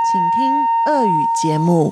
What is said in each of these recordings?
请听俄语节目。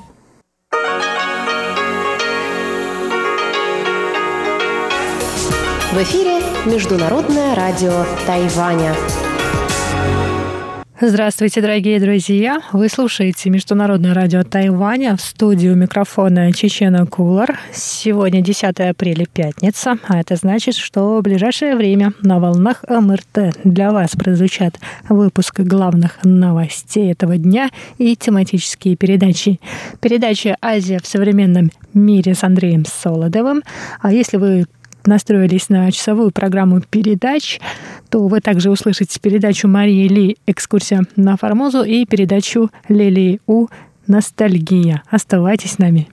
В эфире Международное радио Тайваня. Здравствуйте, дорогие друзья! Вы слушаете Международное радио Тайваня. В студии у микрофона Чечена Кулар. Сегодня 10 апреля, пятница, а это значит, что в ближайшее время на волнах МРТ для вас прозвучат выпуск главных новостей этого дня и тематические передачи. Передача «Азия в современном мире» с Андреем Солодовым. А если вы настроились на часовую программу передач, то вы также услышите передачу Марии Ли «Экскурсия на Формозу» и передачу Лилии У «Ностальгия». Оставайтесь с нами.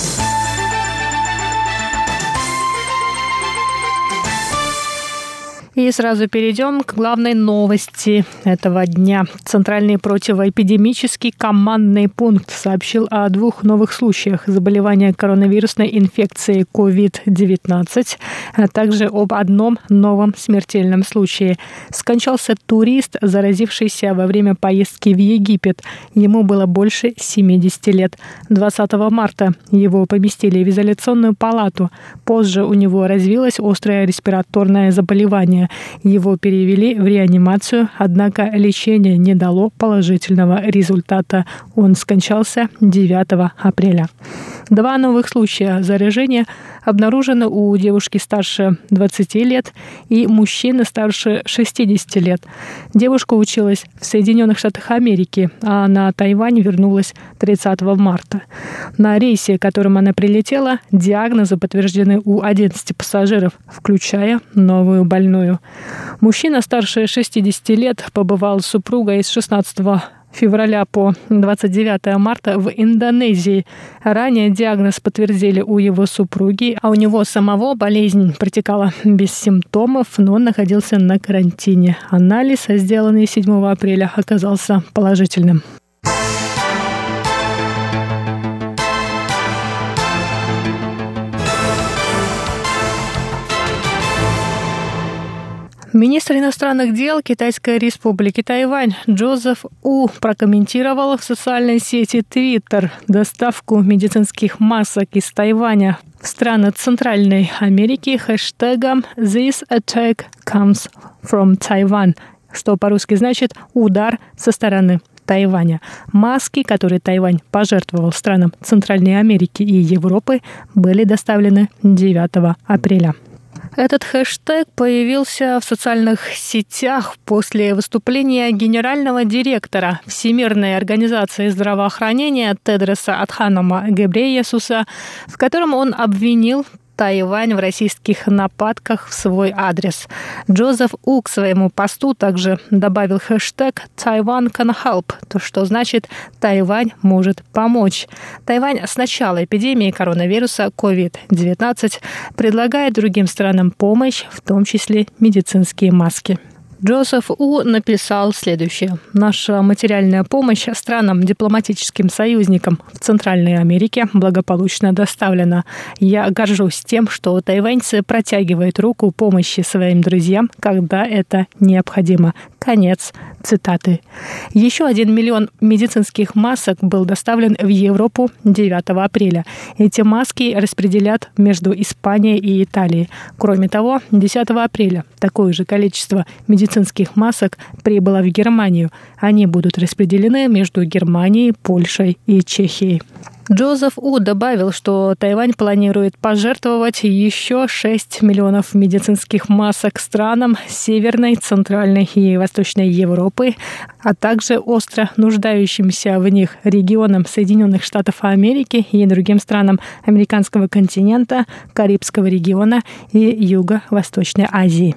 И сразу перейдем к главной новости этого дня. Центральный противоэпидемический командный пункт сообщил о 2 новых случаях заболевания коронавирусной инфекцией COVID-19, а также об 1 новом смертельном случае. Скончался турист, заразившийся во время поездки в Египет. Ему было больше 70 лет. 20 марта его поместили в изоляционную палату. Позже у него развилось острое респираторное заболевание. Его перевели в реанимацию, однако лечение не дало положительного результата. Он скончался 9 апреля. 2 новых случая заражения обнаружены у девушки старше 20 лет и мужчины старше 60 лет. Девушка училась в Соединенных Штатах Америки, а на Тайвань вернулась 30 марта. На рейсе, которым она прилетела, диагнозы подтверждены у 11 пассажиров, включая новую больную. Мужчина старше 60 лет побывал с супругой с 16 февраля по 29 марта в Индонезии. Ранее диагноз подтвердили у его супруги, а у него самого болезнь протекала без симптомов, но он находился на карантине. Анализ, сделанный 7 апреля, оказался положительным. Министр иностранных дел Китайской республики Тайвань Джозеф У прокомментировал в социальной сети Twitter доставку медицинских масок из Тайваня в страны Центральной Америки хэштегом «This attack comes from Taiwan», что по-русски значит «удар со стороны Тайваня». Маски, которые Тайвань пожертвовал странам Центральной Америки и Европы, были доставлены 9 апреля. Этот хэштег появился в социальных сетях после выступления генерального директора Всемирной организации здравоохранения Тедроса Адханома Гебрейесуса, в котором он обвинил Тайвань в российских нападках в свой адрес. Джозеф У к своему посту также добавил хэштег «Taiwan can help», то, что значит «Тайвань может помочь». Тайвань с начала эпидемии коронавируса COVID-19 предлагает другим странам помощь, в том числе медицинские маски. Джозеф У написал следующее. «Наша материальная помощь странам, дипломатическим союзникам в Центральной Америке благополучно доставлена. Я горжусь тем, что тайваньцы протягивают руку помощи своим друзьям, когда это необходимо». Конец цитаты. Еще 1 миллион медицинских масок был доставлен в Европу 9 апреля. Эти маски распределят между Испанией и Италией. Кроме того, 10 апреля такое же количество медицинских масок прибыло в Германию. Они будут распределены между Германией, Польшей и Чехией. Джозеф У добавил, что Тайвань планирует пожертвовать еще 6 миллионов медицинских масок странам Северной, Центральной и Восточной Европы, а также остро нуждающимся в них регионам Соединенных Штатов Америки и другим странам американского континента, Карибского региона и Юго-Восточной Азии.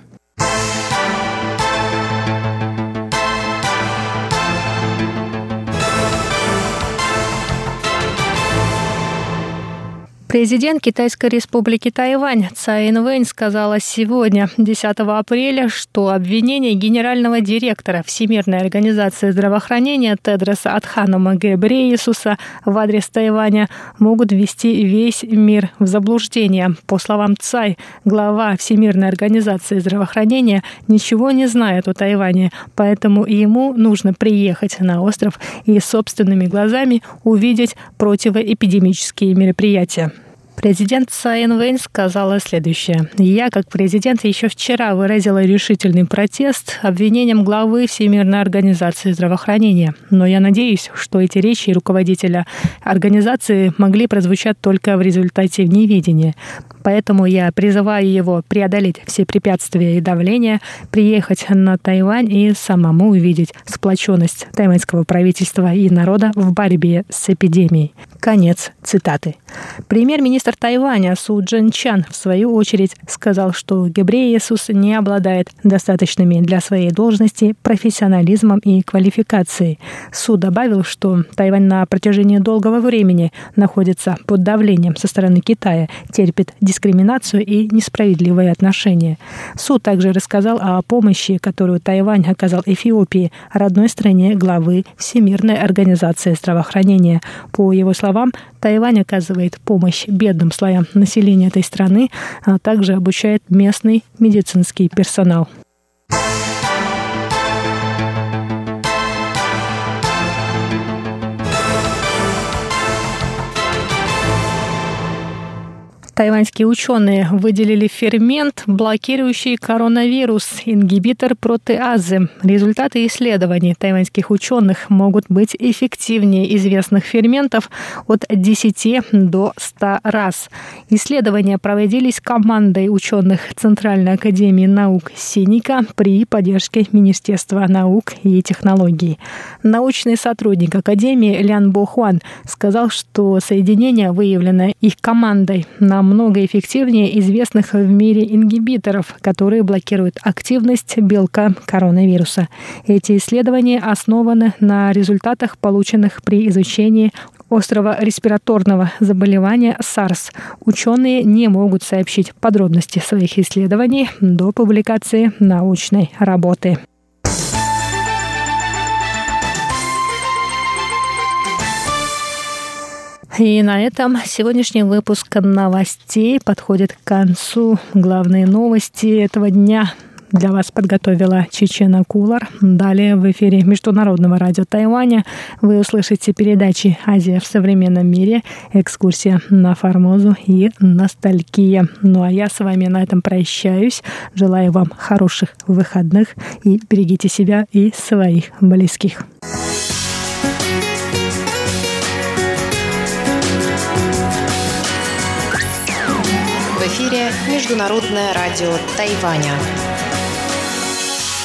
Президент Китайской республики Тайвань Цай Инвэнь сказала сегодня, 10 апреля, что обвинения генерального директора Всемирной организации здравоохранения Тедроса Адханома Гебрейесуса в адрес Тайваня могут ввести весь мир в заблуждение. По словам Цай, глава Всемирной организации здравоохранения ничего не знает о Тайване, поэтому ему нужно приехать на остров и собственными глазами увидеть противоэпидемические мероприятия. Президент Цай Инвэнь сказала следующее. «Я, как президент, еще вчера выразила решительный протест обвинениям главы Всемирной организации здравоохранения. Но я надеюсь, что эти речи руководителя организации могли прозвучать только в результате неведения. Поэтому я призываю его преодолеть все препятствия и давления, приехать на Тайвань и самому увидеть сплоченность тайваньского правительства и народа в борьбе с эпидемией». Конец цитаты. Премьер-министр Тайваня Су Чжэнчан, в свою очередь, сказал, что Гебрейесус не обладает достаточными для своей должности профессионализмом и квалификацией. Су добавил, что Тайвань на протяжении долгого времени находится под давлением со стороны Китая, терпит дискриминацию и несправедливые отношения. Су также рассказал о помощи, которую Тайвань оказал Эфиопии, родной стране главы Всемирной организации здравоохранения. По его словам, Тайвань оказывает помощь бедным слоям населения этой страны, а также обучает местный медицинский персонал. Тайваньские ученые выделили фермент, блокирующий коронавирус, ингибитор протеазы. Результаты исследований тайваньских ученых могут быть эффективнее известных ферментов от 10 до 100 раз. Исследования проводились командой ученых Центральной академии наук Синика при поддержке Министерства наук и технологий. Научный сотрудник академии Лян Бо Хуан сказал, что соединение, выявленное их командой, намного эффективнее известных в мире ингибиторов, которые блокируют активность белка коронавируса. Эти исследования основаны на результатах, полученных при изучении острого респираторного заболевания SARS. Ученые не могут сообщить подробности своих исследований до публикации научной работы. И на этом сегодняшний выпуск новостей подходит к концу. Главные новости этого дня для вас подготовила Чечена Кулар. Далее в эфире Международного радио Тайваня вы услышите передачи «Азия в современном мире», «Экскурсия на Формозу» и «Ностальгия». Ну а я с вами на этом прощаюсь. Желаю вам хороших выходных и берегите себя и своих близких. В эфире Международное радио Тайваня.